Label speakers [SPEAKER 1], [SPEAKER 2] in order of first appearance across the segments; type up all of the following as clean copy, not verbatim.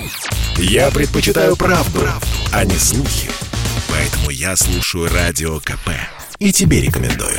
[SPEAKER 1] Я предпочитаю правду, а не слухи. Поэтому я слушаю Радио КП. И тебе рекомендую.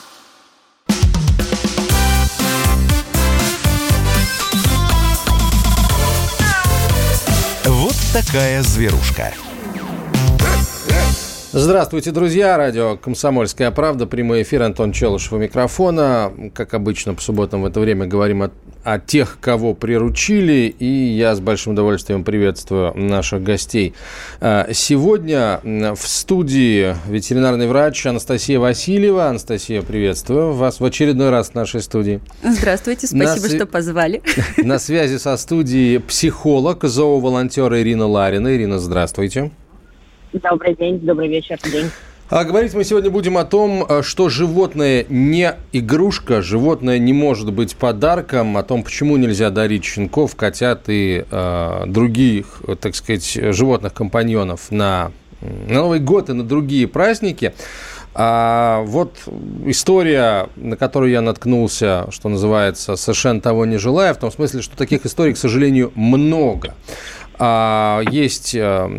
[SPEAKER 1] Вот такая зверушка.
[SPEAKER 2] Здравствуйте, друзья. Радио «Комсомольская правда». Прямой эфир. Антон Челышев у микрофона. Как обычно, по субботам в это время говорим о тех, кого приручили. И я с большим удовольствием приветствую наших гостей. Сегодня в студии ветеринарный врач Анастасия Васильева. Анастасия, приветствую вас в очередной раз в нашей студии.
[SPEAKER 3] Здравствуйте, спасибо, что позвали.
[SPEAKER 2] На связи со студией психолог, зооволонтер Ирина Ларина. Ирина, здравствуйте.
[SPEAKER 4] Добрый день, добрый вечер, день.
[SPEAKER 2] А говорить мы сегодня будем о том, что животное не игрушка, животное не может быть подарком, о том, почему нельзя дарить щенков, котят и других, так сказать, животных-компаньонов на Новый год и на другие праздники. Вот история, на которую я наткнулся, что называется, совершенно того не желая, в том смысле, что таких историй, к сожалению, много. Есть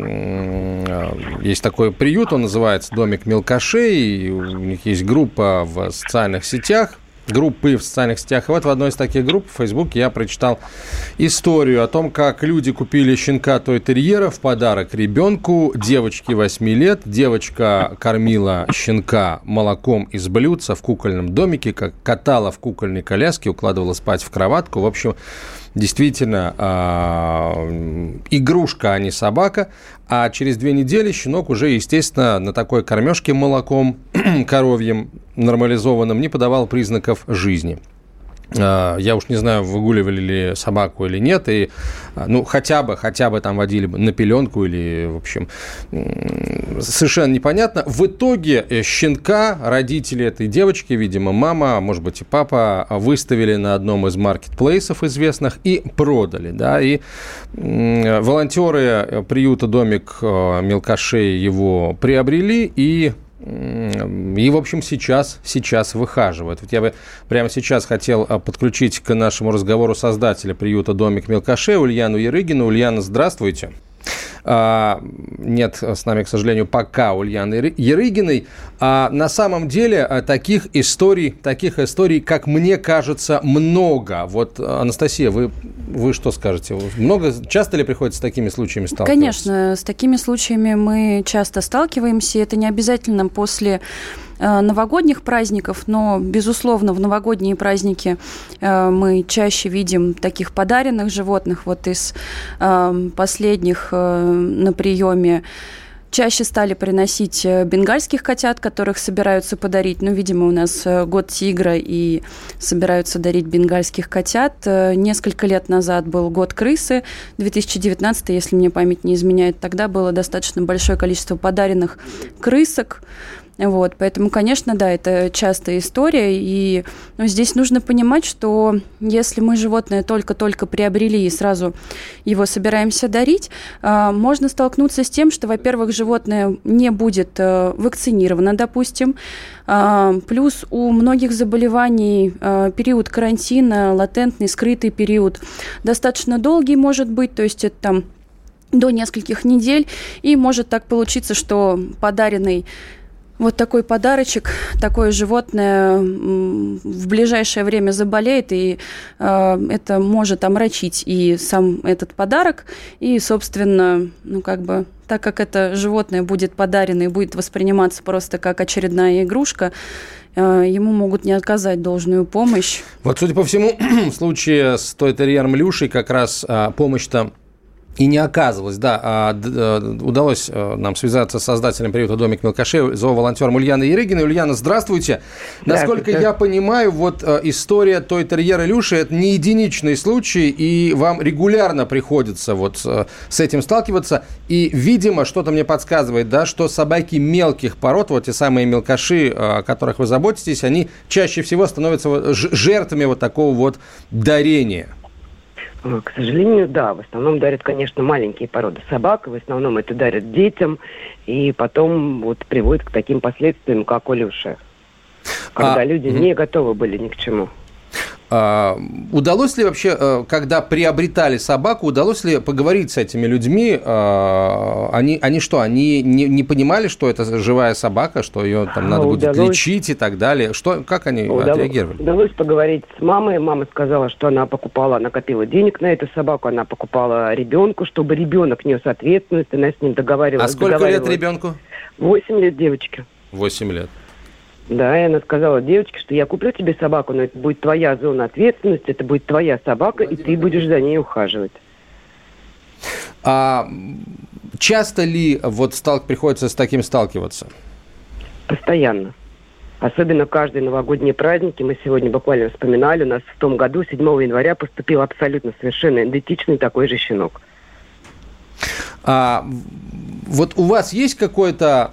[SPEAKER 2] такой приют, он называется «Домик мелкашей», у них есть группа в социальных сетях, И вот в одной из таких групп в Фейсбуке я прочитал историю о том, как люди купили щенка той-терьера в подарок ребенку, девочке 8 лет. Девочка кормила щенка молоком из блюдца в кукольном домике, катала в кукольной коляске, укладывала спать в кроватку. В общем, действительно, игрушка, а не собака. А через 2 недели щенок уже, естественно, на такой кормежке молоком коровьим нормализованным не подавал признаков жизни. Я уж не знаю, выгуливали ли собаку или нет, и, хотя бы там водили на пеленку или, в общем, совершенно непонятно. В итоге щенка родители этой девочки, видимо, мама, может быть, и папа, выставили на одном из маркетплейсов известных и продали, да, и волонтеры приюта «Домик мелкашей» его приобрели и, в общем, сейчас выхаживают. Вот я бы прямо сейчас хотел подключить к нашему разговору создателя приюта «Домик мелкашей» Ульяну Ярыгину. Ульяна, здравствуйте. Нет с нами, к сожалению, пока Ульяны Ярыгиной. На самом деле таких историй, как мне кажется, много. Вот, Анастасия, вы что скажете? Часто ли приходится с такими случаями сталкиваться?
[SPEAKER 3] Конечно, с такими случаями мы часто сталкиваемся. Это не обязательно после новогодних праздников, но, безусловно, в новогодние праздники мы чаще видим таких подаренных животных. Вот из последних на приеме чаще стали приносить бенгальских котят, которых собираются подарить. Видимо, у нас год тигра, и собираются дарить бенгальских котят. Несколько лет назад был год крысы, 2019, если мне память не изменяет. Тогда было достаточно большое количество подаренных крысок. Вот, поэтому, конечно, да, это частая история, и здесь нужно понимать, что если мы животное только-только приобрели и сразу его собираемся дарить, можно столкнуться с тем, что, во-первых, животное не будет вакцинировано, допустим, плюс у многих заболеваний период карантина, латентный, скрытый период, достаточно долгий может быть, то есть это там до нескольких недель, и может так получиться, что подаренный вот такой подарочек, такое животное в ближайшее время заболеет, и это может омрачить и сам этот подарок, и, собственно, так как это животное будет подарено и будет восприниматься просто как очередная игрушка, ему могут не оказать должную помощь.
[SPEAKER 2] Вот, судя по всему, в случае с той-терьером Люшей как раз помощь-то и не оказывалось, да. Удалось нам связаться с создателем приюта «Домик мелкашей», зооволонтером Ульяной Ярыгиной. Ульяна, здравствуйте. Насколько я понимаю, вот история той-терьера Люши – это не единичный случай, и вам регулярно приходится вот с этим сталкиваться. И, видимо, что-то мне подсказывает, да, что собаки мелких пород, вот те самые мелкаши, о которых вы заботитесь, они чаще всего становятся жертвами вот такого вот дарения.
[SPEAKER 4] К сожалению, да. В основном дарят, конечно, маленькие породы собак. В основном это дарят детям. И потом приводит к таким последствиям, как у Люши. Когда люди не готовы были ни к чему.
[SPEAKER 2] Удалось ли вообще, когда приобретали собаку, удалось ли поговорить с этими людьми? Они что, они не понимали, что это живая собака, что ее там надо будет лечить и так далее? Как они отреагировали?
[SPEAKER 4] Удалось поговорить с мамой. Мама сказала, что она накопила денег на эту собаку, она покупала ребенку, чтобы ребенок нес ответственность, она с ним договаривалась.
[SPEAKER 2] А сколько лет ребенку?
[SPEAKER 4] 8 лет девочке.
[SPEAKER 2] 8 лет.
[SPEAKER 4] Да, и она сказала девочке, что я куплю тебе собаку, но это будет твоя зона ответственности, это будет твоя собака, и ты будешь за ней ухаживать.
[SPEAKER 2] Часто ли приходится с таким сталкиваться?
[SPEAKER 4] Постоянно. Особенно каждые новогодние праздники. Мы сегодня буквально вспоминали, у нас в том году, 7 января, поступил абсолютно совершенно идентичный такой же щенок.
[SPEAKER 2] Вот у вас есть какой-то,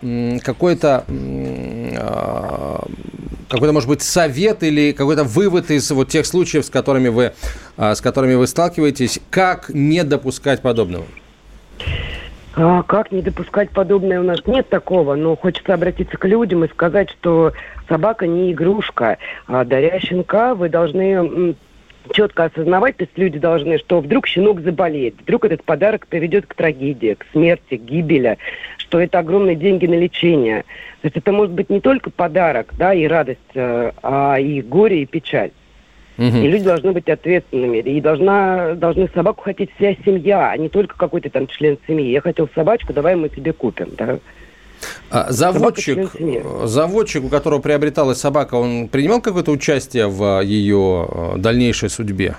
[SPEAKER 2] может быть, совет или какой-то вывод из вот тех случаев, с которыми вы сталкиваетесь, как не допускать подобного?
[SPEAKER 4] Как не допускать подобное? У нас нет такого, но хочется обратиться к людям и сказать, что собака не игрушка. Даря щенка, вы должны четко осознавать, то есть люди должны, что вдруг щенок заболеет, вдруг этот подарок приведет к трагедии, к смерти, к гибели, что это огромные деньги на лечение. То есть это может быть не только подарок, да, и радость, а и горе, и печаль. И люди должны быть ответственными. И должны собаку хотеть вся семья, а не только какой-то там член семьи. Я хотел собачку, давай мы тебе купим, да.
[SPEAKER 2] Заводчик, у которого приобреталась собака, он принимал какое-то участие в ее дальнейшей судьбе?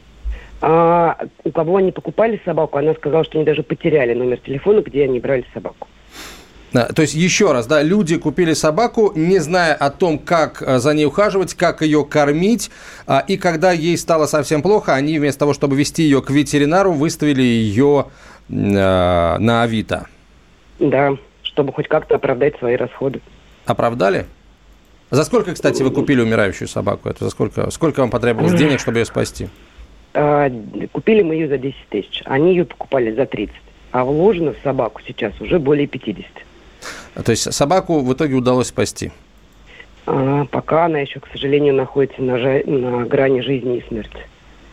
[SPEAKER 4] У кого они покупали собаку, она сказала, что они даже потеряли номер телефона, где они брали собаку.
[SPEAKER 2] То есть, еще раз, да, люди купили собаку, не зная о том, как за ней ухаживать, как ее кормить, и когда ей стало совсем плохо, они вместо того, чтобы везти ее к ветеринару, выставили ее на Авито.
[SPEAKER 4] Да, чтобы хоть как-то оправдать свои расходы.
[SPEAKER 2] Оправдали? За сколько, кстати, вы купили умирающую собаку? Это за сколько вам потребовалось денег, чтобы ее спасти?
[SPEAKER 4] Купили мы ее за 10 тысяч. Они ее покупали за 30. А вложено в собаку сейчас уже более 50. То
[SPEAKER 2] есть собаку в итоге удалось спасти?
[SPEAKER 4] Пока она еще, к сожалению, находится на грани жизни и смерти.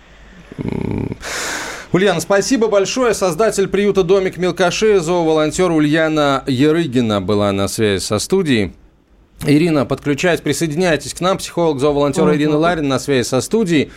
[SPEAKER 2] Ульяна, спасибо большое. Создатель приюта «Домик мелкашей», зооволонтер Ульяна Ярыгина была на связи со студией. Ирина, подключайтесь, присоединяйтесь к нам. Психолог, зооволонтер Ирина Ларин на связи со студией.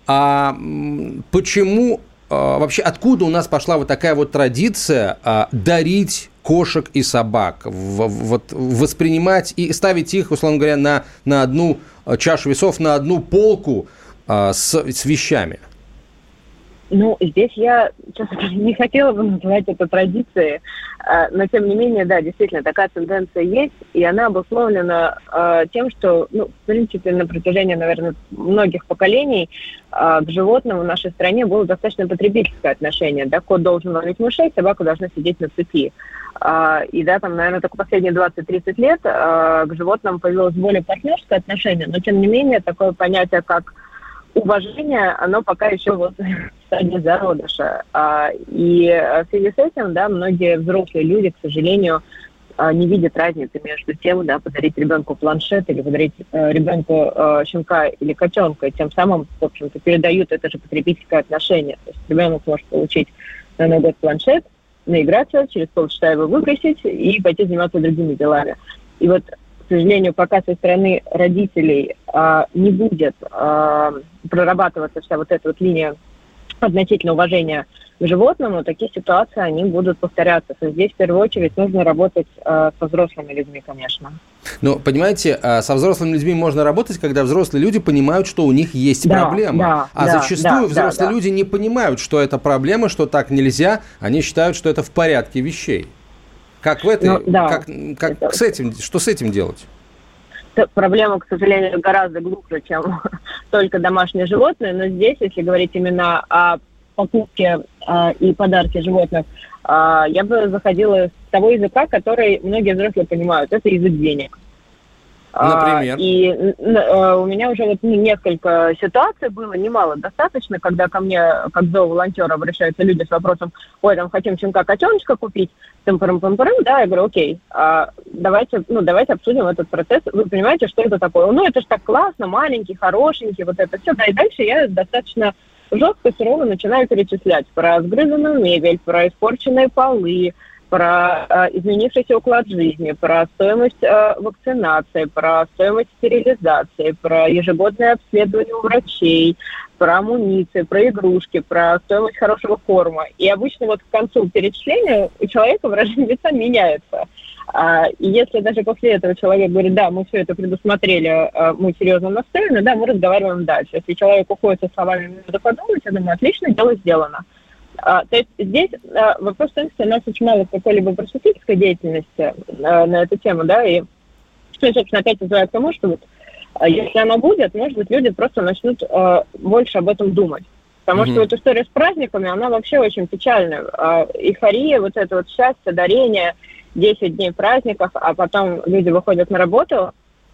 [SPEAKER 2] Почему, вообще, откуда у нас пошла вот такая вот традиция дарить кошек и собак, воспринимать и ставить их, условно говоря, на одну чашу весов, на одну полку с вещами?
[SPEAKER 5] Ну, здесь я, честно говоря, не хотела бы называть это традицией, но, тем не менее, да, действительно, такая тенденция есть, и она обусловлена тем, что, в принципе, на протяжении, наверное, многих поколений к животным в нашей стране было достаточно потребительское отношение. Да, кот должен ловить мышей, собака должна сидеть на цепи. И, да, там, наверное, только последние 20-30 лет к животным появилось более партнерское отношение, но, тем не менее, такое понятие, как уважение, оно пока еще в стадии зародыша. И в связи с этим, да, многие взрослые люди, к сожалению, не видят разницы между тем, да, подарить ребенку планшет или подарить ребенку щенка или котенка, и тем самым, в общем-то, передают это же потребительское отношение. То есть ребенок может получить на Новый год планшет, наиграться, через полчаса его выбросить и пойти заниматься другими делами. И вот, к сожалению, пока со стороны родителей не будет прорабатываться вся вот эта вот линия относительно уважения к животному, такие ситуации, они будут повторяться. Здесь, в первую очередь, нужно работать со взрослыми людьми, конечно.
[SPEAKER 2] Ну, понимаете, со взрослыми людьми можно работать, когда взрослые люди понимают, что у них есть проблема. Зачастую взрослые люди не понимают, что это проблема, что так нельзя. Они считают, что это в порядке вещей. Как в этой, что с этим делать?
[SPEAKER 5] Проблема, к сожалению, гораздо глубже, чем только домашние животные. Но здесь, если говорить именно о покупке и подарке животных, я бы заходила с того языка, который многие взрослые понимают. Это язык денег.
[SPEAKER 2] Например?
[SPEAKER 5] И у меня уже вот несколько ситуаций было, немало достаточно, когда ко мне, как зооволонтер, обращаются люди с вопросом: ой, там хотим щенка-котеночка купить, тым-пырым-пым-пырым, да, я говорю: окей, давайте обсудим этот процесс, вы понимаете, что это такое? Ну, это ж так классно, маленький, хорошенький, вот это все, да, и дальше я достаточно жестко, сурово начинаю перечислять про сгрызанную мебель, про испорченные полы, про изменившийся уклад жизни, про стоимость вакцинации, про стоимость стерилизации, про ежегодное обследование у врачей, про амуниции, про игрушки, про стоимость хорошего корма. И обычно вот к концу перечисления у человека выражение лица меняется. И если даже после этого человек говорит: да, мы все это предусмотрели, мы серьезно настроены, да, мы разговариваем дальше. Если человек уходит со словами «надо подумать», я думаю, отлично, дело сделано. То есть здесь вопрос в том, что у нас очень мало какой-либо просветительской деятельности на эту тему, да, и, собственно, опять называю к тому, что вот, если она будет, может быть, люди просто начнут больше об этом думать. Потому что вот история с праздниками, она вообще очень печальная. Эйфория, вот это вот счастье, дарение, 10 дней праздников, а потом люди выходят на работу,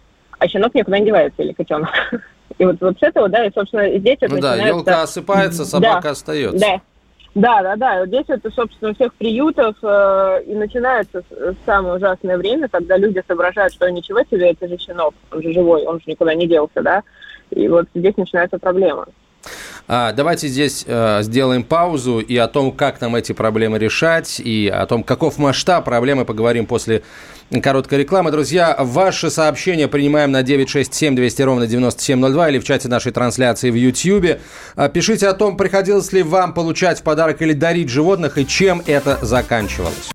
[SPEAKER 5] а щенок никуда не девается, или котенок. И вот с этого, да, и, собственно, здесь это начинается...
[SPEAKER 2] да, елка осыпается, собака остается.
[SPEAKER 5] Да. Вот здесь это, собственно, у всех приютов и начинается самое ужасное время, когда люди соображают, что ничего себе, это же щенок, он же живой, он же никуда не делся, да. И вот здесь начинается проблема.
[SPEAKER 2] Давайте здесь сделаем паузу и о том, как нам эти проблемы решать, и о том, каков масштаб проблемы, поговорим после короткой рекламы. Друзья, ваши сообщения принимаем на 967-200-97-02 или в чате нашей трансляции в YouTube. Пишите о том, приходилось ли вам получать в подарок или дарить животных, и чем это заканчивалось.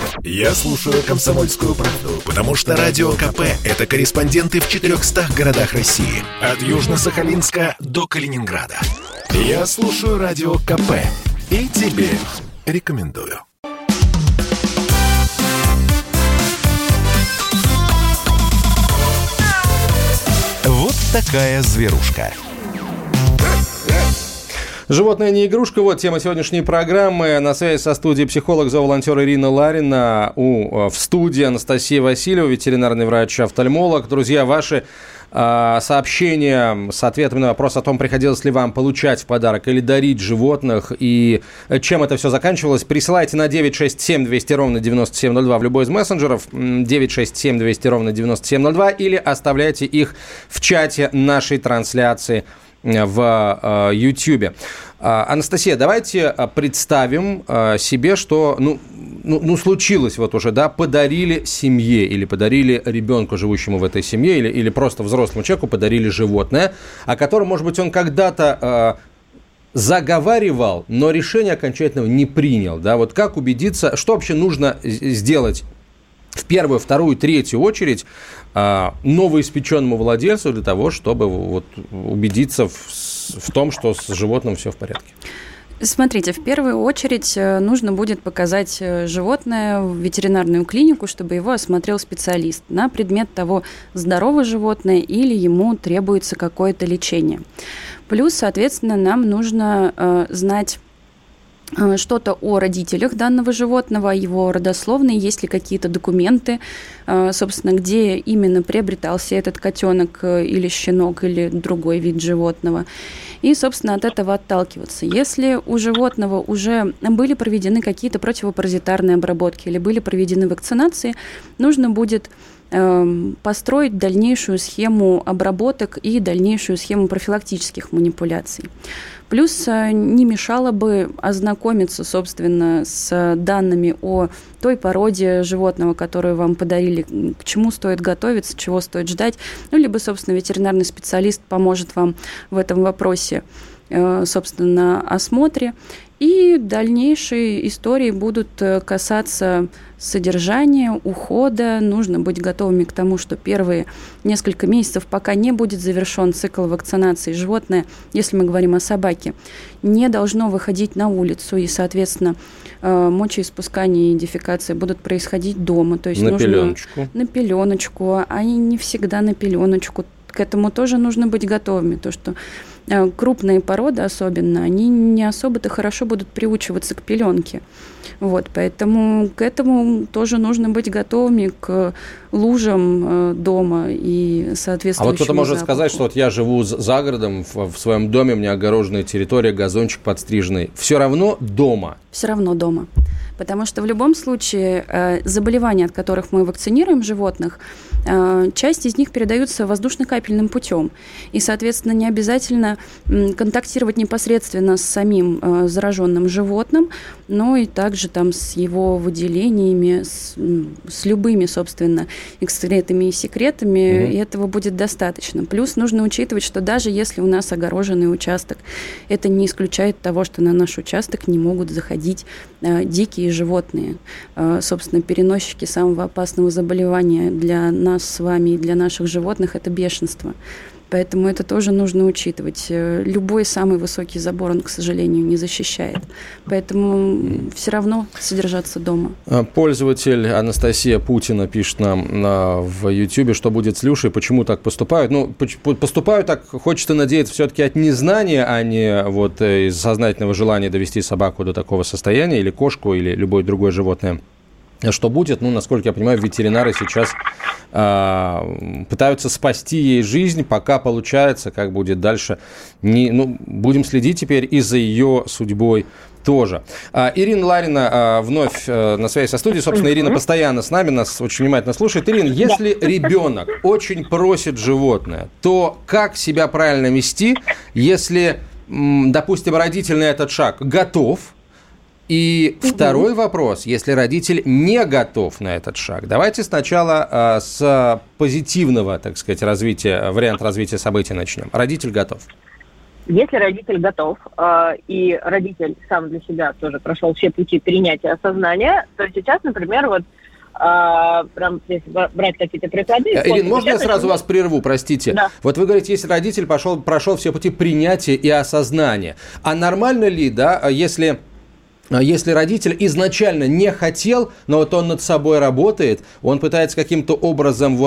[SPEAKER 1] Я слушаю «Комсомольскую правду», потому что Радио КП – это корреспонденты в 400 городах России. От Южно-Сахалинска до Калининграда. Я слушаю Радио КП и тебе рекомендую. Вот такая зверушка.
[SPEAKER 2] Животное не игрушка. Вот тема сегодняшней программы. На связи со студией психолог-зооволонтер Ирина Ларина. В студии Анастасия Васильева, ветеринарный врач-офтальмолог. Друзья, ваши сообщения с ответами на вопрос о том, приходилось ли вам получать в подарок или дарить животных, и чем это все заканчивалось, присылайте на 967-200-97-02 в любой из мессенджеров, 967-200-97-02, или оставляйте их в чате нашей трансляции в YouTube. Анастасия, давайте представим себе, что случилось вот уже, да, подарили семье или подарили ребенку, живущему в этой семье, или просто взрослому человеку подарили животное, о котором, может быть, он когда-то заговаривал, но решение окончательного не принял. Да? Вот как убедиться, что вообще нужно сделать в первую, вторую, третью очередь новоиспеченному владельцу для того, чтобы вот убедиться в том, что с животным все в порядке?
[SPEAKER 3] Смотрите, в первую очередь нужно будет показать животное в ветеринарную клинику, чтобы его осмотрел специалист на предмет того, здорово животное или ему требуется какое-то лечение. Плюс, соответственно, нам нужно знать что-то о родителях данного животного, о его родословной, есть ли какие-то документы, собственно, где именно приобретался этот котенок или щенок или другой вид животного. И, собственно, от этого отталкиваться. Если у животного уже были проведены какие-то противопаразитарные обработки или были проведены вакцинации, нужно будет построить дальнейшую схему обработок и дальнейшую схему профилактических манипуляций. Плюс не мешало бы ознакомиться, собственно, с данными о той породе животного, которую вам подарили, к чему стоит готовиться, чего стоит ждать. Либо, собственно, ветеринарный специалист поможет вам в этом вопросе, собственно, на осмотре. И дальнейшие истории будут касаться содержания, ухода. Нужно быть готовыми к тому, что первые несколько месяцев, пока не будет завершен цикл вакцинации, животное, если мы говорим о собаке, не должно выходить на улицу. И, соответственно, мочеиспускание и дефекация будут происходить дома. То есть
[SPEAKER 2] на
[SPEAKER 3] нужно
[SPEAKER 2] пеленочку.
[SPEAKER 3] На пеленочку. Они не всегда на пеленочку. К этому тоже нужно быть готовыми. То, что крупные породы особенно, они не особо-то хорошо будут приучиваться к пеленке. Вот, поэтому к этому тоже нужно быть готовыми к лужам дома и соответствующему
[SPEAKER 2] А вот кто-то может
[SPEAKER 3] запаху.
[SPEAKER 2] сказать, что вот я живу за городом, в своем доме, у меня огороженная территория, газончик подстриженный. Все равно дома?
[SPEAKER 3] Все равно дома. Потому что в любом случае заболевания, от которых мы вакцинируем животных, часть из них передаются воздушно-капельным путем. И, соответственно, не обязательно контактировать непосредственно с самим зараженным животным, но и также там с его выделениями, с любыми, собственно, экскретами и секретами, и этого будет достаточно. Плюс нужно учитывать, что даже если у нас огороженный участок, это не исключает того, что на наш участок не могут заходить дикие животные. Собственно, переносчики самого опасного заболевания для нас с вами и для наших животных – это бешенство. Поэтому это тоже нужно учитывать. Любой самый высокий забор, он, к сожалению, не защищает. Поэтому все равно содержаться дома.
[SPEAKER 2] Пользователь Анастасия Путина пишет нам в Ютьюбе, что будет с Люшей, почему так поступают. Ну, поступают так, хочется надеяться, все-таки от незнания, а не вот из сознательного желания довести собаку до такого состояния, или кошку, или любое другое животное. Что будет? Ну, насколько я понимаю, ветеринары сейчас пытаются спасти ей жизнь, пока получается, как будет дальше. Будем следить теперь и за ее судьбой тоже. Ирина Ларина вновь на связи со студией. Собственно, Ирина постоянно с нами, нас очень внимательно слушает. Ирина, если ребенок очень просит животное, то как себя правильно вести, если, допустим, родитель на этот шаг готов? И второй вопрос, если родитель не готов на этот шаг. Давайте сначала с позитивного, так сказать, варианта развития событий начнем. Родитель готов.
[SPEAKER 5] Если родитель готов, и родитель сам для себя тоже прошел все пути принятия осознания, то сейчас, например, вот прям если брать какие-то приклады...
[SPEAKER 2] Ирина, можно я сразу вас прерву, простите?
[SPEAKER 5] Да.
[SPEAKER 2] Вот вы говорите, если родитель прошел все пути принятия и осознания. А нормально ли, да, если родитель изначально не хотел, но вот он над собой работает, он пытается каким-то образом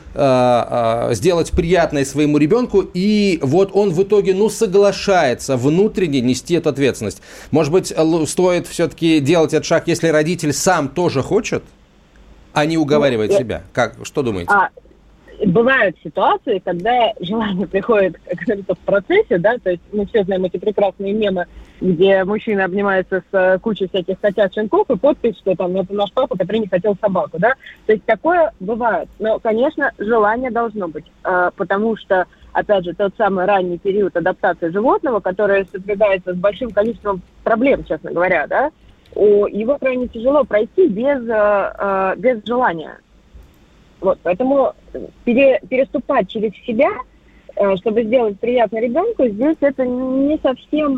[SPEAKER 2] сделать приятное своему ребенку, и вот он в итоге соглашается внутренне нести эту ответственность. Может быть, стоит все-таки делать этот шаг, если родитель сам тоже хочет, а не уговаривает себя? Что думаете?
[SPEAKER 5] Бывают ситуации, когда желание приходит, как говорится, в процессе, да, то есть мы все знаем эти прекрасные мемы, где мужчина обнимается с кучей всяких котят, щенков, и подпись, что там это наш папа, который не хотел собаку, да. То есть такое бывает. Но, конечно, желание должно быть, потому что, опять же, тот самый ранний период адаптации животного, который сопрягается с большим количеством проблем, честно говоря, да, его крайне тяжело пройти без желания. Вот, поэтому переступать через себя, чтобы сделать приятно ребенку, здесь это не совсем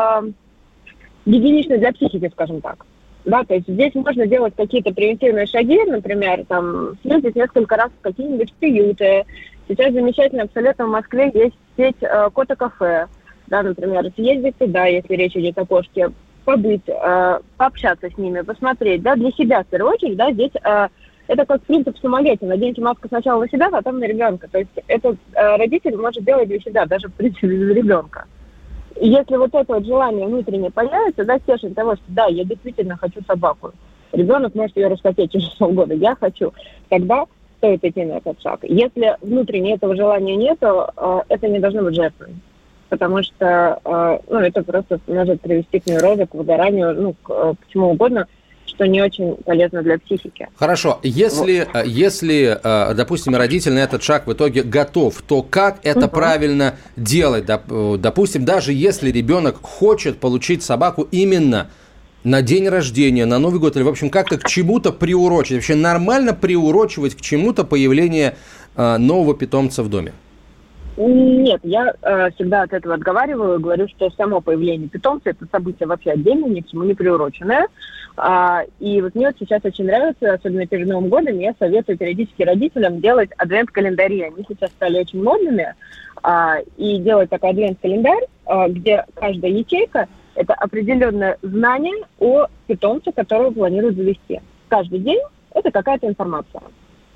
[SPEAKER 5] гигиенично для психики, скажем так. Да, то есть здесь можно делать какие-то превентивные шаги, например, там, съездить несколько раз в какие-нибудь приюты. Сейчас замечательно абсолютно в Москве есть сеть кота-кафе, да, например, съездить туда, если речь идет о кошке, побыть, пообщаться с ними, посмотреть, да, для себя в первую очередь, да, здесь... Это как принцип в самолете. Наденьте маску сначала на себя, а потом на ребенка. То есть этот родитель может делать для себя, даже в принципе без ребенка. И если вот это вот желание внутреннее появится, да, стержень того, что да, я действительно хочу собаку. Ребенок может ее расхотеть через полгода. Я хочу. Тогда стоит идти на этот шаг. Если внутренне этого желания нет, то это не должно быть жертвой. Потому что это просто может привести к неврозу, к выгоранию, к чему угодно, что не очень полезно для психики.
[SPEAKER 2] Хорошо. Если, допустим, родитель на этот шаг в итоге готов, то как это правильно делать? Допустим, даже если ребенок хочет получить собаку именно на день рождения, на Новый год, или, в общем, как-то к чему-то приурочить. Вообще нормально приурочивать к чему-то появление нового питомца в доме?
[SPEAKER 5] Нет, я всегда от этого отговариваю, говорю, что само появление питомца – это событие вообще отдельное, ни к чему не приуроченное. И вот мне вот сейчас очень нравится, особенно перед Новым годом, я советую периодически родителям делать адвент-календари. Они сейчас стали очень модными. И делать такой адвент-календарь, где каждая ячейка – это определенное знание о питомце, которого планируют завести. Каждый день это какая-то информация.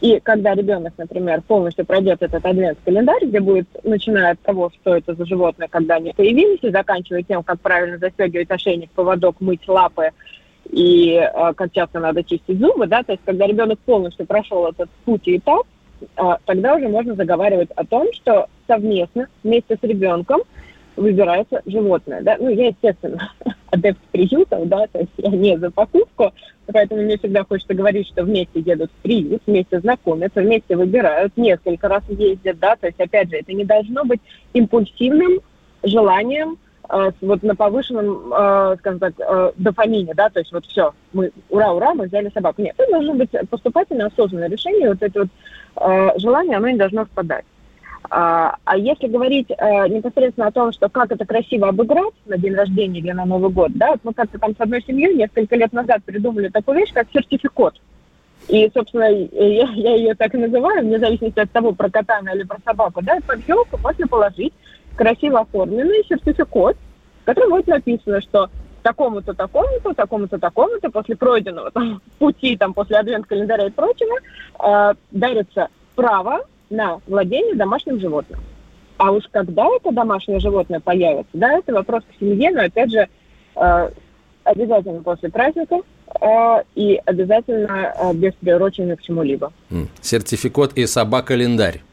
[SPEAKER 5] И когда ребенок, например, полностью пройдет этот адвент-календарь, где будет, начиная от того, что это за животное, когда они появились, и заканчивая тем, как правильно застегивать ошейник, поводок, мыть лапы и как часто надо чистить зубы, да, то есть когда ребенок полностью прошел этот путь и этап, тогда уже можно заговаривать о том, что совместно, вместе с ребенком выбирается животное, да, я, естественно, адепт приютов, да, то есть я не за покупку, поэтому мне всегда хочется говорить, что вместе едут в приют, вместе знакомятся, вместе выбирают, несколько раз ездят, да, то есть, опять же, это не должно быть импульсивным желанием вот на повышенном, скажем так, дофамине, да, то есть вот все, мы, ура, мы взяли собаку. Нет, это должно быть поступательное, осознанное решение, вот это вот желание, оно не должно впадать. А если говорить непосредственно о том, что как это красиво обыграть на день рождения или на Новый год, да, вот мы как-то там с одной семьей несколько лет назад придумали такую вещь, как сертификат. И, собственно, я ее так и называю, вне зависимости от того, про кота она или про собаку, да, под елку можно положить красиво оформленный сертификат, в котором будет написано, что такому-то, такому-то, такому-то, такому-то, после пройденного там пути, там, после адвент-календаря и прочего, дарится право на владение домашним животным. А уж когда это домашнее животное появится, да, это вопрос к семье, но, опять же, обязательно после праздника и обязательно без приурочения к чему-либо.
[SPEAKER 2] Сертификат и собак-календарь.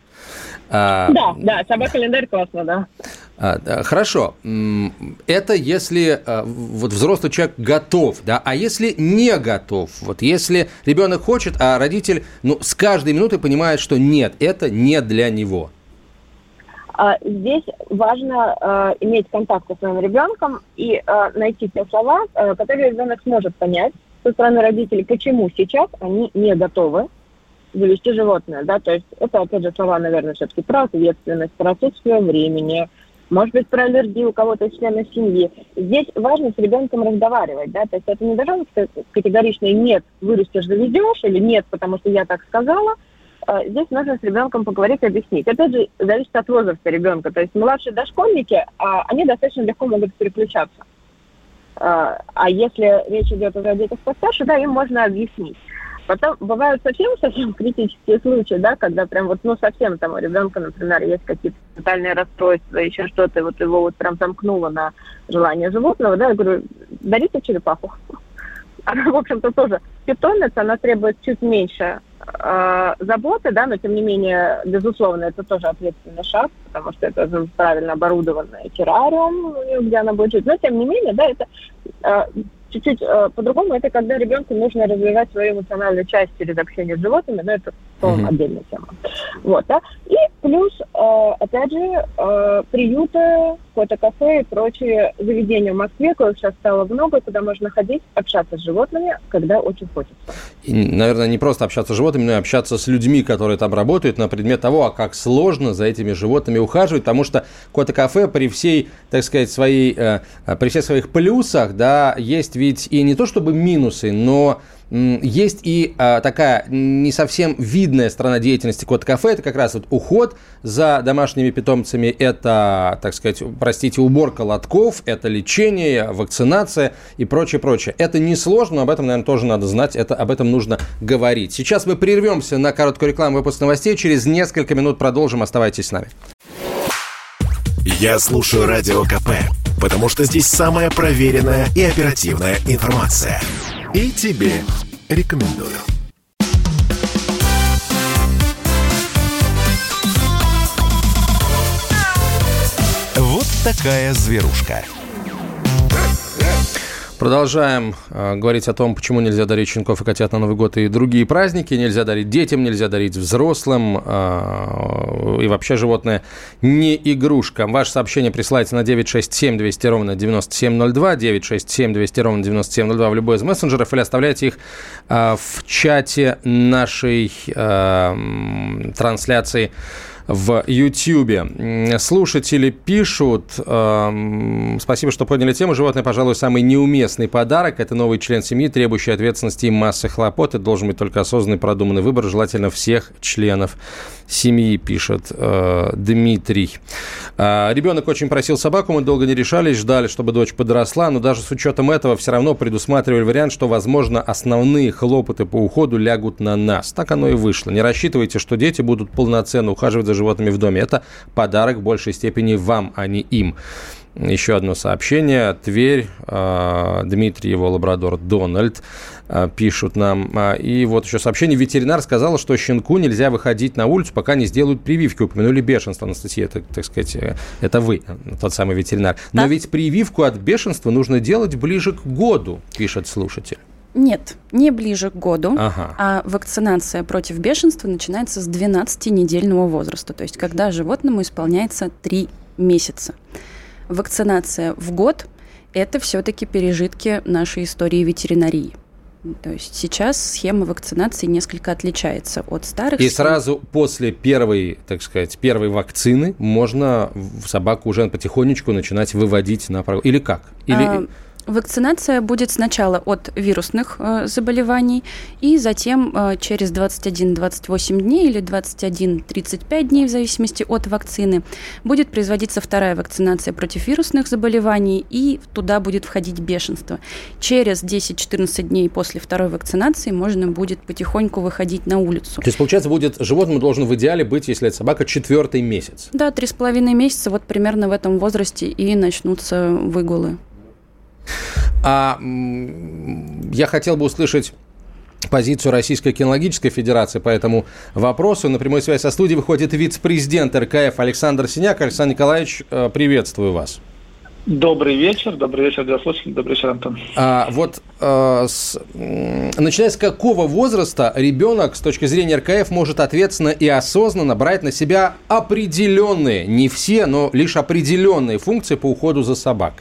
[SPEAKER 5] Да, собак-календарь классно, да.
[SPEAKER 2] Хорошо. Это если вот взрослый человек готов, да, а если не готов, вот если ребенок хочет, а родитель, с каждой минутой понимает, что нет, это не для него.
[SPEAKER 5] Здесь важно иметь контакт со своим ребенком и найти те слова, которые ребенок сможет понять со стороны родителей, почему сейчас они не готовы завести животное, да, то есть это, опять же, слова, наверное, все-таки про ответственность, про отсутствие времени, может быть, про аллергию у кого-то из членов семьи. Здесь важно с ребенком разговаривать, да, то есть это не должно быть категоричное «нет, вырастешь, заведешь» или «нет, потому что я так сказала». Здесь нужно с ребенком поговорить и объяснить. Опять же, зависит от возраста ребенка, то есть младшие дошкольники, они достаточно легко могут переключаться. А если речь идет о детях постарше, да, им можно объяснить. Потом бывают совсем критические случаи, да, когда прям вот, совсем там у ребенка, например, есть какие-то тотальные расстройства, еще что-то, вот его вот прям замкнуло на желание животного, да, я говорю, дарите черепаху. Она, в общем-то, тоже питомец, она требует чуть меньше заботы, да, но тем не менее, безусловно, это тоже ответственный шаг, потому что это правильно оборудованный террариум, где она будет жить, но тем не менее, да, это чуть-чуть по-другому, это когда ребенку нужно развивать свою эмоциональную часть через общение с животными, но это отдельная тема. Вот, да. И плюс, опять же, приюты, фотокафе и прочие заведения в Москве, коих сейчас стало много, куда можно ходить, общаться с животными, когда очень хочется.
[SPEAKER 2] И, наверное, не просто общаться с животными, но и общаться с людьми, которые там работают, на предмет того, как сложно за этими животными ухаживать, потому что фотокафе при всей, так сказать, при всех своих плюсах, да, есть ведь и не то чтобы минусы, но есть и такая не совсем видная сторона деятельности кота-кафе, это как раз вот уход за домашними питомцами, это, так сказать, простите, уборка лотков, это лечение, вакцинация и прочее. Это несложно, но об этом, наверное, тоже надо знать, об этом нужно говорить. Сейчас мы прервемся на короткую рекламу, выпуск новостей, через несколько минут продолжим, оставайтесь с нами.
[SPEAKER 1] Я слушаю Радио КП, потому что здесь самая проверенная и оперативная информация. И тебе рекомендую. Вот такая зверушка.
[SPEAKER 2] Продолжаем говорить о том, почему нельзя дарить щенков и котят на Новый год и другие праздники. Нельзя дарить детям, нельзя дарить взрослым. И вообще животное не игрушка. Ваше сообщение присылайте на 967 200 ровно 9702, 967 200 ровно 9702 в любой из мессенджеров или оставляйте их в чате нашей трансляции в YouTube. Слушатели пишут, спасибо, что подняли тему. Животное, пожалуй, самый неуместный подарок. Это новый член семьи, требующий ответственности и массы хлопот. Это должен быть только осознанный, продуманный выбор, желательно всех членов семьи, пишет Дмитрий. Ребенок очень просил собаку, мы долго не решались, ждали, чтобы дочь подросла, но даже с учетом этого все равно предусматривали вариант, что, возможно, основные хлопоты по уходу лягут на нас. Так оно и вышло. Не рассчитывайте, что дети будут полноценно ухаживать за животными в доме. Это подарок в большей степени вам, а не им. Еще одно сообщение. Тверь, Дмитрий, его лабрадор Дональд, пишут нам. И вот еще сообщение. Ветеринар сказал, что щенку нельзя выходить на улицу, пока не сделают прививки. Упомянули бешенство, Анастасия, это, так сказать, это вы, тот самый ветеринар. Но ведь прививку от бешенства нужно делать ближе к году, пишет слушатель.
[SPEAKER 3] Нет, не ближе к году, а вакцинация против бешенства начинается с 12-недельного возраста, то есть когда животному исполняется 3 месяца. Вакцинация в год – это все-таки пережитки нашей истории ветеринарии. То есть сейчас схема вакцинации несколько отличается от старых.
[SPEAKER 2] И сразу после первой, так сказать, первой вакцины можно собаку уже потихонечку начинать выводить на прогулку. Или как?
[SPEAKER 3] Вакцинация будет сначала от вирусных заболеваний, и затем через 21-28 дней или 21-35 дней, в зависимости от вакцины, будет производиться вторая вакцинация против вирусных заболеваний, и туда будет входить бешенство. Через 10-14 дней после второй вакцинации можно будет потихоньку выходить на улицу.
[SPEAKER 2] То есть, получается, животному должен в идеале быть, если это собака, 4-й месяц?
[SPEAKER 3] Да, 3,5 месяца, вот примерно в этом возрасте и начнутся выгулы.
[SPEAKER 2] Я хотел бы услышать позицию Российской кинологической федерации по этому вопросу. На прямой связи со студией выходит вице-президент РКФ Александр Синяк. Александр Николаевич, приветствую вас.
[SPEAKER 6] Добрый вечер, радиослушатели, добрый вечер, Антон.
[SPEAKER 2] Начиная с какого возраста ребенок с точки зрения РКФ может ответственно и осознанно брать на себя определенные, не все, но лишь определенные функции по уходу за собакой?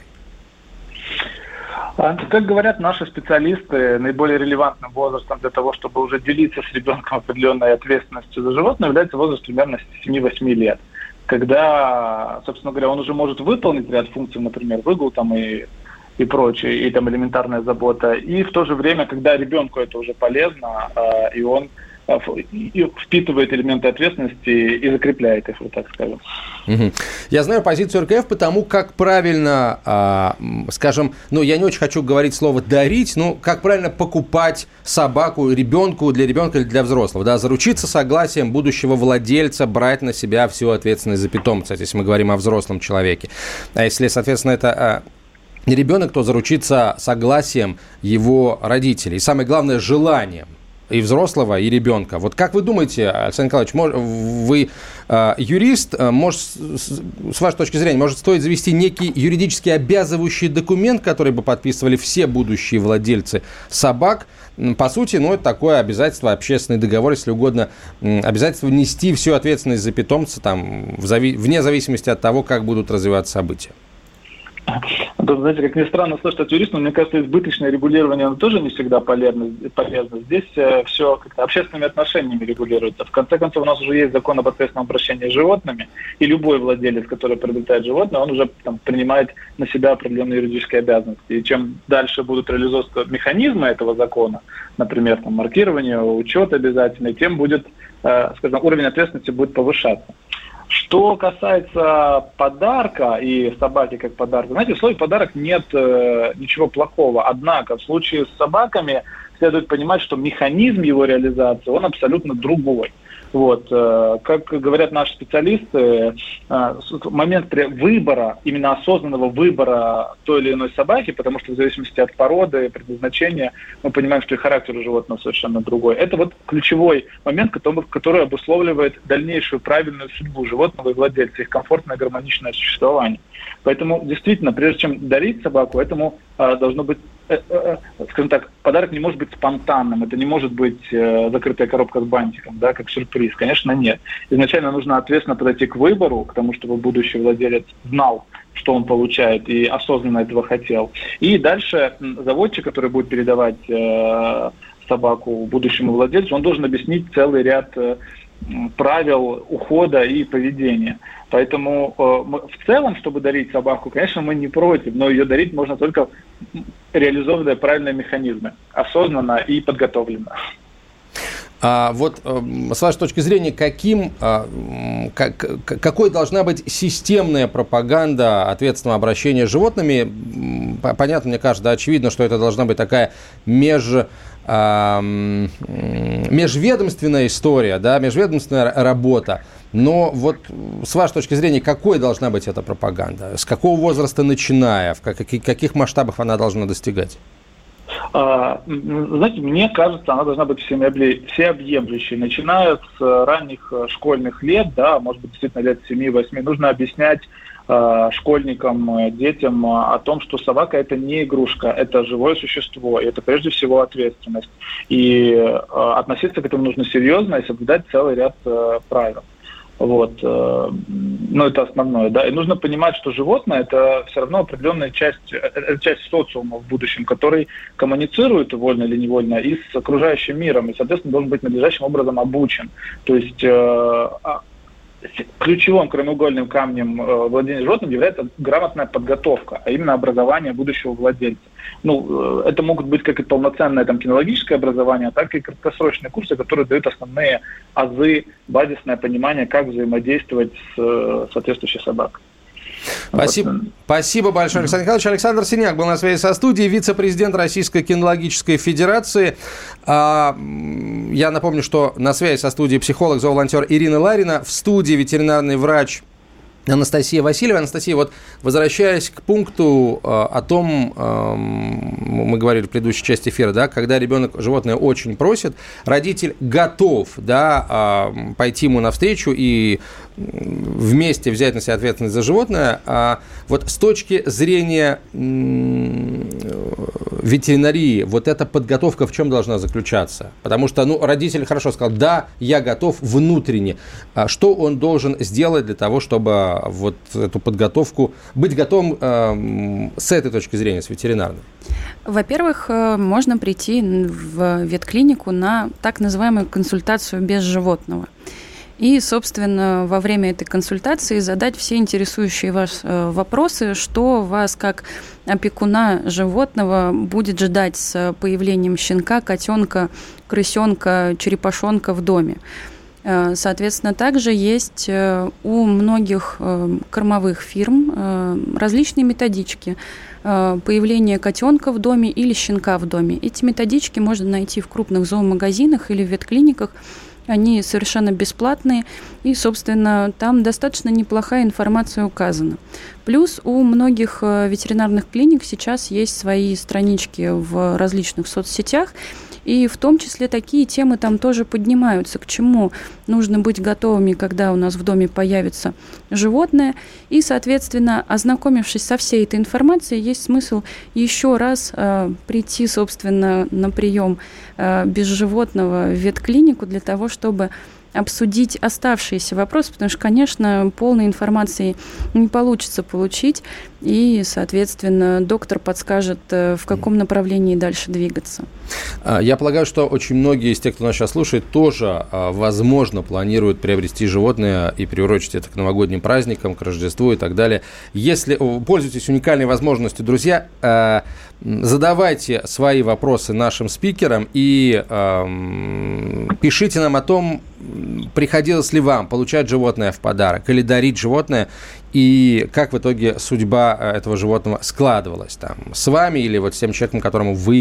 [SPEAKER 6] Как говорят наши специалисты, наиболее релевантным возрастом для того, чтобы уже делиться с ребенком определенной ответственностью за животное, является возраст примерно 7-8 лет, когда, собственно говоря, он уже может выполнить ряд функций, например, выгул там и прочее, и там элементарная забота, и в то же время, когда ребенку это уже полезно, и он впитывает элементы ответственности и закрепляет их, вот так скажем.
[SPEAKER 2] Я знаю позицию РКФ потому, как правильно, скажем, я не очень хочу говорить слово «дарить», как правильно покупать собаку ребенку, для ребенка или для взрослого. Да, заручиться согласием будущего владельца, брать на себя всю ответственность за питомца, если мы говорим о взрослом человеке. А если, соответственно, это не ребенок, то заручиться согласием его родителей. И самое главное, желанием и взрослого, и ребенка. Вот как вы думаете, Александр Николаевич, вы юрист, может, с вашей точки зрения, может, стоит завести некий юридически обязывающий документ, который бы подписывали все будущие владельцы собак? По сути, это такое обязательство, общественный договор, если угодно, обязательство нести всю ответственность за питомца, вне зависимости от того, как будут развиваться события.
[SPEAKER 6] Знаете, как ни странно слышать от юриста, но мне кажется, избыточное регулирование оно тоже не всегда полезно. Здесь все как-то общественными отношениями регулируется. В конце концов, у нас уже есть закон об ответственном обращении с животными, и любой владелец, который приобретает животное, он уже принимает на себя определенные юридические обязанности. И чем дальше будут реализовываться механизмы этого закона, например, маркирование, учет обязательный, тем будет, уровень ответственности будет повышаться. Что касается подарка и собаки как подарка, знаете, в слове «подарок» нет ничего плохого. Однако в случае с собаками следует понимать, что механизм его реализации, он абсолютно другой. Как говорят наши специалисты, момент выбора, именно осознанного выбора той или иной собаки, потому что в зависимости от породы, предназначения, мы понимаем, что и характер у животного совершенно другой. Это ключевой момент, который обусловливает дальнейшую правильную судьбу животного и владельца, их комфортное, гармоничное существование. Поэтому, действительно, прежде чем дарить собаку, этому должно быть, скажем так, подарок не может быть спонтанным, это не может быть закрытая коробка с бантиком, как сюрприз. Конечно, нет. Изначально нужно ответственно подойти к выбору, к тому, чтобы будущий владелец знал, что он получает, и осознанно этого хотел. И дальше заводчик, который будет передавать собаку будущему владельцу, он должен объяснить целый ряд правил ухода и поведения. Поэтому в целом, чтобы дарить собаку, конечно, мы не против, но ее дарить можно только реализовывая правильные механизмы, осознанно и подготовленно.
[SPEAKER 2] Вот с вашей точки зрения, какой должна быть системная пропаганда ответственного обращения с животными? Понятно, мне кажется, очевидно, что это должна быть такая межведомственная история, да, межведомственная работа. Но вот с вашей точки зрения, какой должна быть эта пропаганда? С какого возраста начиная? В каких масштабах она должна достигать?
[SPEAKER 6] Знаете, мне кажется, она должна быть всеобъемлющей. Начиная с ранних школьных лет, да, может быть, действительно лет 7-8, нужно объяснять школьникам, детям о том, что собака – это не игрушка, это живое существо, и это прежде всего ответственность. И относиться к этому нужно серьезно и соблюдать целый ряд правил. Вот. Но это основное, да. И нужно понимать, что животное – это все равно определенная часть социума в будущем, который коммуницирует вольно или невольно и с окружающим миром, и, соответственно, должен быть надлежащим образом обучен. То есть ключевым краеугольным камнем владения животным является грамотная подготовка, а именно образование будущего владельца. Ну, это могут быть как и полноценное кинологическое образование, так и краткосрочные курсы, которые дают основные азы, базисное понимание, как взаимодействовать с соответствующей собакой.
[SPEAKER 2] Спасибо большое, Александр Николаевич. Александр Синяк был на связи со студией, вице-президент Российской кинологической федерации. Я напомню, что на связи со студией психолог, зооволонтер Ирина Ларина, в студии ветеринарный врач Анастасия Васильева. Анастасия, вот возвращаясь к пункту о том, мы говорили в предыдущей части эфира, да, когда животное очень просит, родитель готов, да, пойти ему навстречу и вместе взять на себя ответственность за животное. Вот с точки зрения ветеринарии, вот эта подготовка в чем должна заключаться? Потому что, родитель хорошо сказал, да, я готов внутренне. Что он должен сделать для того, чтобы вот эту подготовку, быть готовым с этой точки зрения, с ветеринарной?
[SPEAKER 3] Во-первых, можно прийти в ветклинику на так называемую консультацию без животного. И, собственно, во время этой консультации задать все интересующие вас вопросы, что вас, как опекуна животного, будет ждать с появлением щенка, котенка, крысенка, черепашонка в доме. Соответственно, также есть у многих кормовых фирм различные методички появления котенка в доме или щенка в доме. Эти методички можно найти в крупных зоомагазинах или в ветклиниках. Они совершенно бесплатные, и, собственно, там достаточно неплохая информация указана. Плюс у многих ветеринарных клиник сейчас есть свои странички в различных соцсетях, и в том числе такие темы там тоже поднимаются, к чему нужно быть готовыми, когда у нас в доме появится животное. И, соответственно, ознакомившись со всей этой информацией, есть смысл еще раз прийти, собственно, на прием без животного в ветклинику для того, чтобы обсудить оставшиеся вопросы, потому что, конечно, полной информации не получится получить, и, соответственно, доктор подскажет, в каком направлении дальше двигаться.
[SPEAKER 2] Я полагаю, что очень многие из тех, кто нас сейчас слушает, тоже, возможно, планируют приобрести животное и приурочить это к новогодним праздникам, к Рождеству и так далее. Если пользуетесь уникальной возможностью, друзья, задавайте свои вопросы нашим спикерам и пишите нам о том, приходилось ли вам получать животное в подарок или дарить животное, и как в итоге судьба этого животного складывалась там с вами или вот с тем человеком, которому вы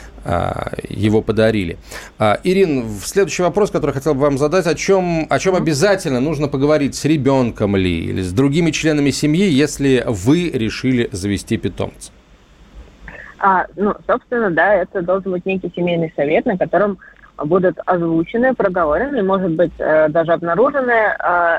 [SPEAKER 2] его подарили. Ирин, следующий вопрос, который хотел бы вам задать, о чем обязательно нужно поговорить с ребенком ли или с другими членами семьи, если вы решили завести питомца?
[SPEAKER 5] Собственно, да, это должен быть некий семейный совет, на котором будут озвучены, проговорены, может быть, даже обнаружены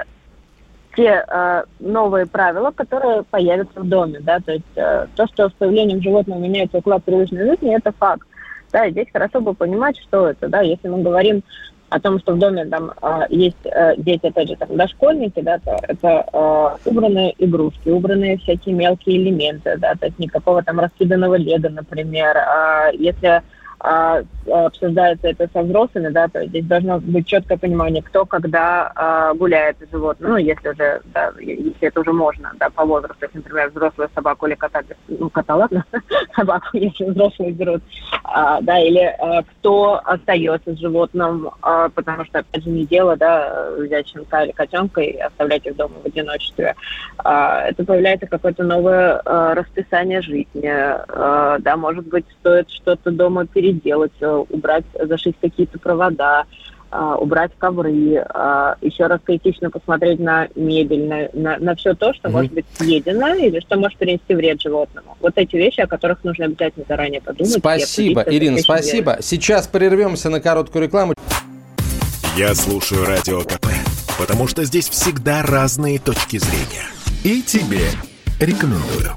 [SPEAKER 5] те новые правила, которые появятся в доме, да, то есть то, что с появлением животного меняется уклад привычной жизни, это факт. Да, и здесь хорошо бы понимать, что это, да, если мы говорим о том, что в доме там есть дети, опять же, там, дошкольники, да, то это убранные игрушки, убранные всякие мелкие элементы, да, то есть никакого там раскиданного лего, например. Если обсуждается это со взрослыми, да, то есть здесь должно быть четкое понимание, кто когда гуляет с животным, ну, если уже, да, если это уже можно, да, по возрасту, если, например, взрослую собаку или кота, ну, кота, ладно, собаку, если взрослые берут, да, или кто остается с животным, потому что, опять же, не дело, да, взять щенка или котенка и оставлять их дома в одиночестве. Это появляется какое-то новое расписание жизни, да, может быть, стоит что-то дома переделать, убрать, зашить какие-то провода, убрать ковры, еще раз критично посмотреть на мебель, на все то, что может быть съедено или что может принести вред животному. Вот эти вещи, о которых нужно обязательно заранее подумать.
[SPEAKER 2] Спасибо, Ирина, спасибо. Делать. Сейчас прервемся на короткую рекламу.
[SPEAKER 1] Я слушаю Радио КП, потому что здесь всегда разные точки зрения. И тебе рекомендую.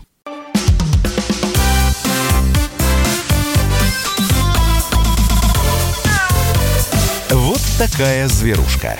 [SPEAKER 1] Вот такая зверушка.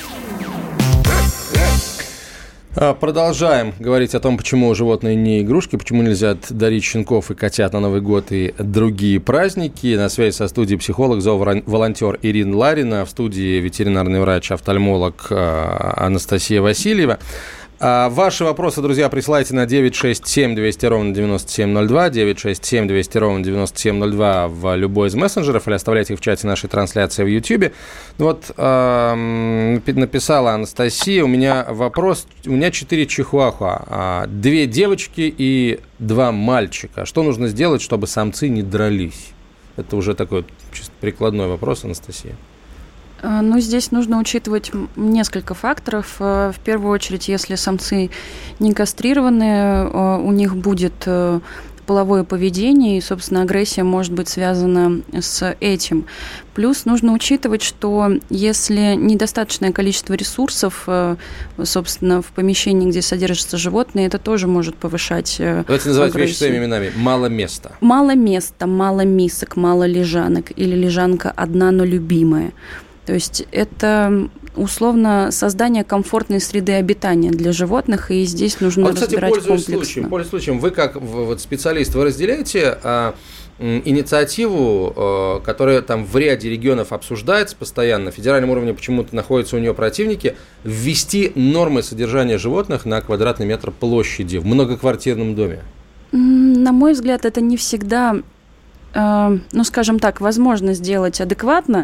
[SPEAKER 2] Продолжаем говорить о том, почему животные не игрушки, почему нельзя дарить щенков и котят на Новый год и другие праздники. На связи со студией психолог, зооволонтер Ирина Ларина, в студии ветеринарный врач-офтальмолог Анастасия Васильева. Ваши вопросы, друзья, присылайте на 967-200-97-02, 967-200-97-02 в любой из мессенджеров или оставляйте их в чате нашей трансляции в YouTube. Вот написала Анастасия, у меня вопрос, у меня 4 чихуахуа, 2 девочки и 2 мальчика. Что нужно сделать, чтобы самцы не дрались? Это уже такой чисто прикладной вопрос, Анастасия.
[SPEAKER 3] Ну, здесь нужно учитывать несколько факторов. В первую очередь, если самцы не кастрированы, у них будет половое поведение, и, собственно, агрессия может быть связана с этим. Плюс нужно учитывать, что если недостаточное количество ресурсов, собственно, в помещении, где содержатся животные, это тоже может повышать агрессию.
[SPEAKER 2] Давайте называть вещи своими именами. Мало места.
[SPEAKER 3] Мало места, мало мисок, мало лежанок, или лежанка одна, но любимая. То есть это условно создание комфортной среды обитания для животных, и здесь нужно разбирать комплексно.
[SPEAKER 2] Пользуясь случаем, вы как специалист, вы разделяете инициативу, которая там в ряде регионов обсуждается постоянно, на федеральном уровне почему-то находятся у нее противники, ввести нормы содержания животных на квадратный метр площади в многоквартирном доме?
[SPEAKER 3] На мой взгляд, это не всегда, ну, скажем так, возможно сделать адекватно.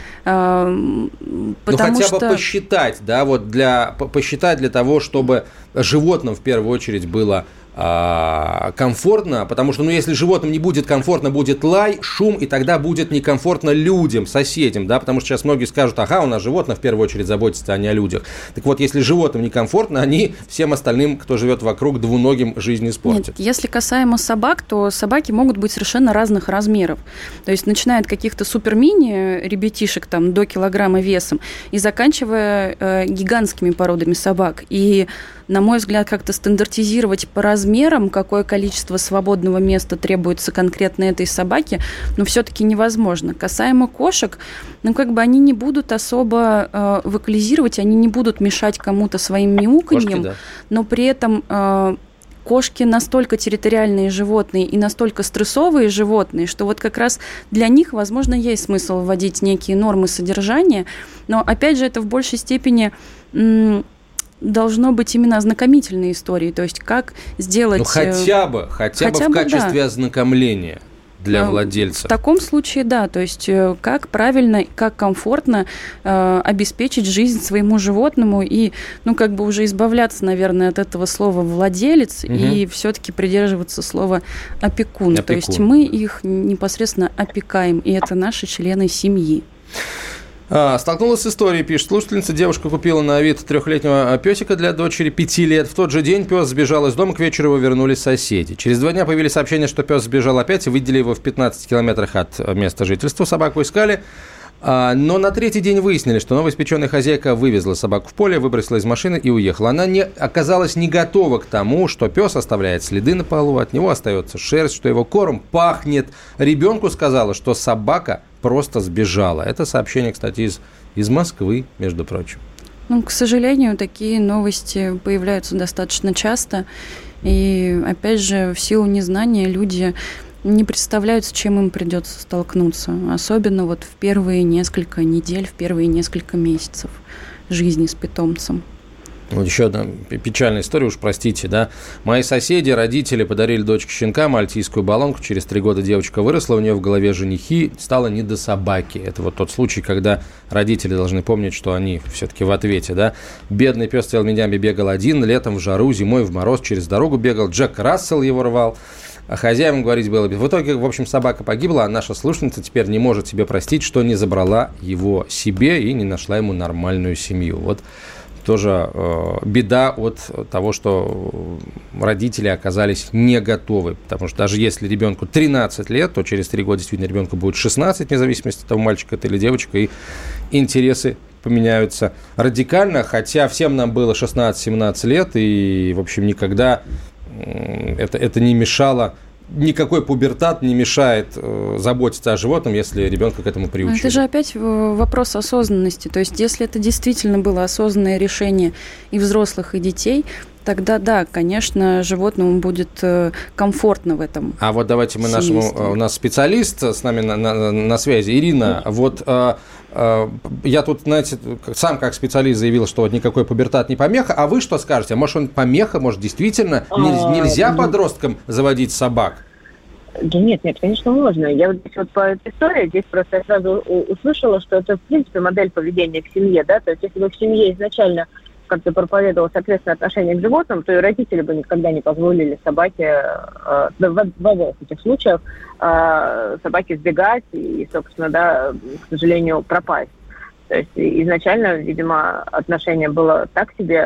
[SPEAKER 2] Ну, хотя бы посчитать, да, вот посчитать для того, чтобы животным в первую очередь было комфортно, потому что, ну, если животным не будет комфортно, будет лай, шум, и тогда будет некомфортно людям, соседям, да, потому что сейчас многие скажут, ага, у нас животное в первую очередь заботится, а не о людях. Так вот, если животным некомфортно, они всем остальным, кто живет вокруг, двуногим жизнь испортят.
[SPEAKER 3] Нет, если касаемо собак, то собаки могут быть совершенно разных размеров. То есть, начиная от каких-то супер-мини ребятишек там до килограмма весом и заканчивая гигантскими породами собак. И, на мой взгляд, как-то стандартизировать по размерам, какое количество свободного места требуется конкретно этой собаке, но все-таки невозможно. Касаемо кошек, ну, как бы они не будут особо вокализировать, они не будут мешать кому-то своим мяуканьем, да. Но при этом кошки настолько территориальные животные и настолько стрессовые животные, что вот как раз для них, возможно, есть смысл вводить некие нормы содержания, но, опять же, это в большей степени должно быть именно ознакомительной историей, то есть как сделать...
[SPEAKER 2] Ну, хотя бы в качестве ознакомления для владельца.
[SPEAKER 3] В таком случае, да, то есть как правильно, как комфортно обеспечить жизнь своему животному и, ну, как бы уже избавляться, наверное, от этого слова «владелец» и все-таки придерживаться слова «опекун». То есть мы их непосредственно опекаем, и это наши члены семьи.
[SPEAKER 2] Столкнулась с историей, пишет слушательница. Девушка купила на Авито 3-летнего песика для дочери 5 лет. В тот же день пес сбежал из дома, к вечеру его вернули соседи. Через 2 дня появились сообщения, что пес сбежал опять, и видели его в 15 километрах от места жительства. Собаку искали. Но на 3-й день выяснили, что новоиспеченная хозяйка вывезла собаку в поле, выбросила из машины и уехала. Она оказалась не готова к тому, что пес оставляет следы на полу, от него остается шерсть, что его корм пахнет. Ребенку сказала, что собака просто сбежала. Это сообщение, кстати, из Москвы, между прочим.
[SPEAKER 3] Ну, к сожалению, такие новости появляются достаточно часто. И, опять же, в силу незнания люди не представляют, с чем им придется столкнуться. Особенно вот в первые несколько недель, в первые несколько месяцев жизни с питомцем.
[SPEAKER 2] Вот еще одна печальная история, уж простите, да. Мои соседи, родители подарили дочке щенка, мальтийскую баллонку. Через 3 года девочка выросла, у нее в голове женихи, стало не до собаки. Это вот тот случай, когда родители должны помнить, что они все-таки в ответе, да. Бедный пес стоял медями, бегал один, летом в жару, зимой в мороз, через дорогу бегал. Джек Рассел его рвал. А хозяевам говорить было. В итоге, в общем, собака погибла, а наша слушательница теперь не может себе простить, что не забрала его себе и не нашла ему нормальную семью. Вот тоже беда от того, что родители оказались не готовы. Потому что даже если ребенку 13 лет, то через 3 года действительно ребенку будет 16, вне зависимости от того, мальчик это или девочка, и интересы поменяются радикально. Хотя всем нам было 16-17 лет, и, в общем, никогда это не мешало. Никакой пубертат не мешает заботиться о животном, если ребенка к этому приучили.
[SPEAKER 3] Это же опять вопрос осознанности. То есть, если это действительно было осознанное решение и взрослых, и детей, тогда да, конечно, животному будет комфортно в этом. А
[SPEAKER 2] вот давайте мы у нас специалист с нами на связи, Ирина. Вот я тут, знаете, сам как специалист заявил, что вот никакой пубертат не помеха. А вы что скажете? А может, он помеха? Может, действительно нельзя подросткам заводить собак?
[SPEAKER 5] Да нет, конечно, можно. Я вот здесь вот по этой истории, здесь просто я сразу услышала, что это, в принципе, модель поведения в семье, да, то есть если бы в семье изначально как-то проповедовалось соответственное отношение к животным, то и родители бы никогда не позволили собаке, в обоих этих случаях, собаке сбегать и, собственно, да, к сожалению, пропасть. То есть изначально, видимо, отношение было так себе,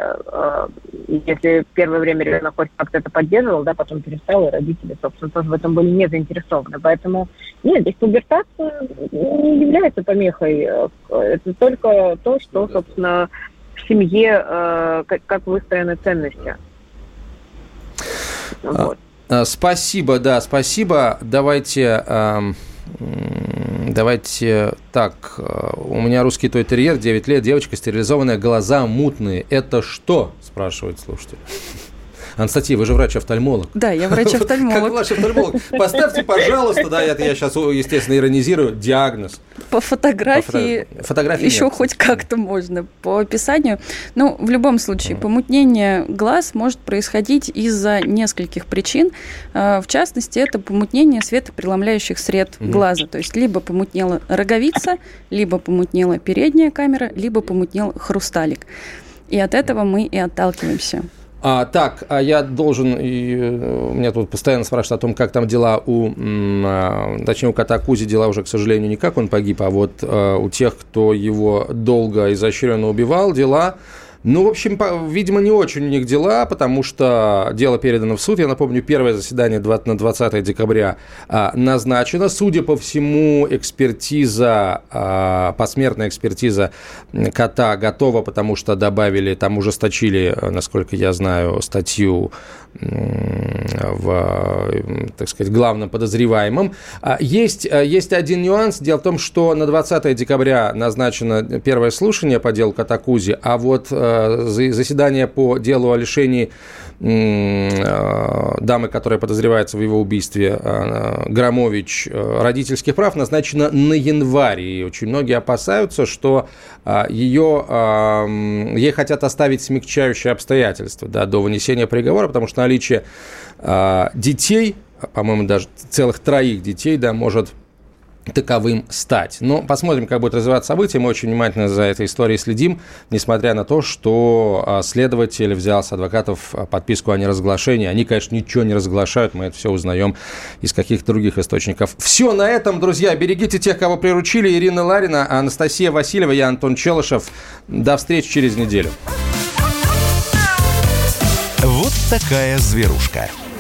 [SPEAKER 5] если первое время ребенок хоть как-то это поддерживал, да, потом перестал, и родители, собственно, тоже в этом были не заинтересованы. Поэтому нет, здесь пубертат не является помехой. Это только то, что, собственно, в семье, как выстроены ценности. Вот.
[SPEAKER 2] Спасибо, да, спасибо. Давайте так. У меня русский той-терьер, 9 лет, девочка стерилизованная, глаза мутные. Это что? Спрашивает слушатель. Анастасия, вы же врач-офтальмолог.
[SPEAKER 3] Да, я врач-офтальмолог.
[SPEAKER 2] Как врач-офтальмолог. Поставьте, пожалуйста, да, я сейчас, естественно, иронизирую, диагноз.
[SPEAKER 3] По фотографии еще нет. Хоть как-то можно. По описанию. Ну, в любом случае, помутнение глаз может происходить из-за нескольких причин. В частности, это помутнение светопреломляющих сред глаза. То есть, либо помутнела роговица, либо помутнела передняя камера, либо помутнел хрусталик. И от этого мы и отталкиваемся.
[SPEAKER 2] Так, я должен, меня тут постоянно спрашивают о том, как там дела точнее, у кота Кузи дела уже, к сожалению, не как он погиб, а вот у тех, кто его долго изощренно убивал, дела... Ну, в общем, видимо, не очень у них дела, потому что дело передано в суд. Я напомню, первое заседание на 20 декабря назначено. Судя по всему, посмертная экспертиза кота готова, потому что добавили, там ужесточили, насколько я знаю, статью так сказать, главным подозреваемым. Есть один нюанс. Дело в том, что на 20 декабря назначено первое слушание по делу кота Кузи, а вот заседание по делу о лишении дамы, которая подозревается в его убийстве, Громович, родительских прав, назначено на январь. И очень многие опасаются, что ей хотят оставить смягчающие обстоятельства, да, до вынесения приговора, потому что наличие детей, по-моему, даже целых 3 детей, да, может таковым стать. Но посмотрим, как будет развиваться события. Мы очень внимательно за этой историей следим, несмотря на то, что следователь взял с адвокатов подписку о неразглашении. Они, конечно, ничего не разглашают, мы это все узнаем из каких-то других источников. Все на этом, друзья. Берегите тех, кого приручили. Ирина Ларина, Анастасия Васильева, я Антон Челышев. До встречи через неделю.
[SPEAKER 1] Вот такая зверушка.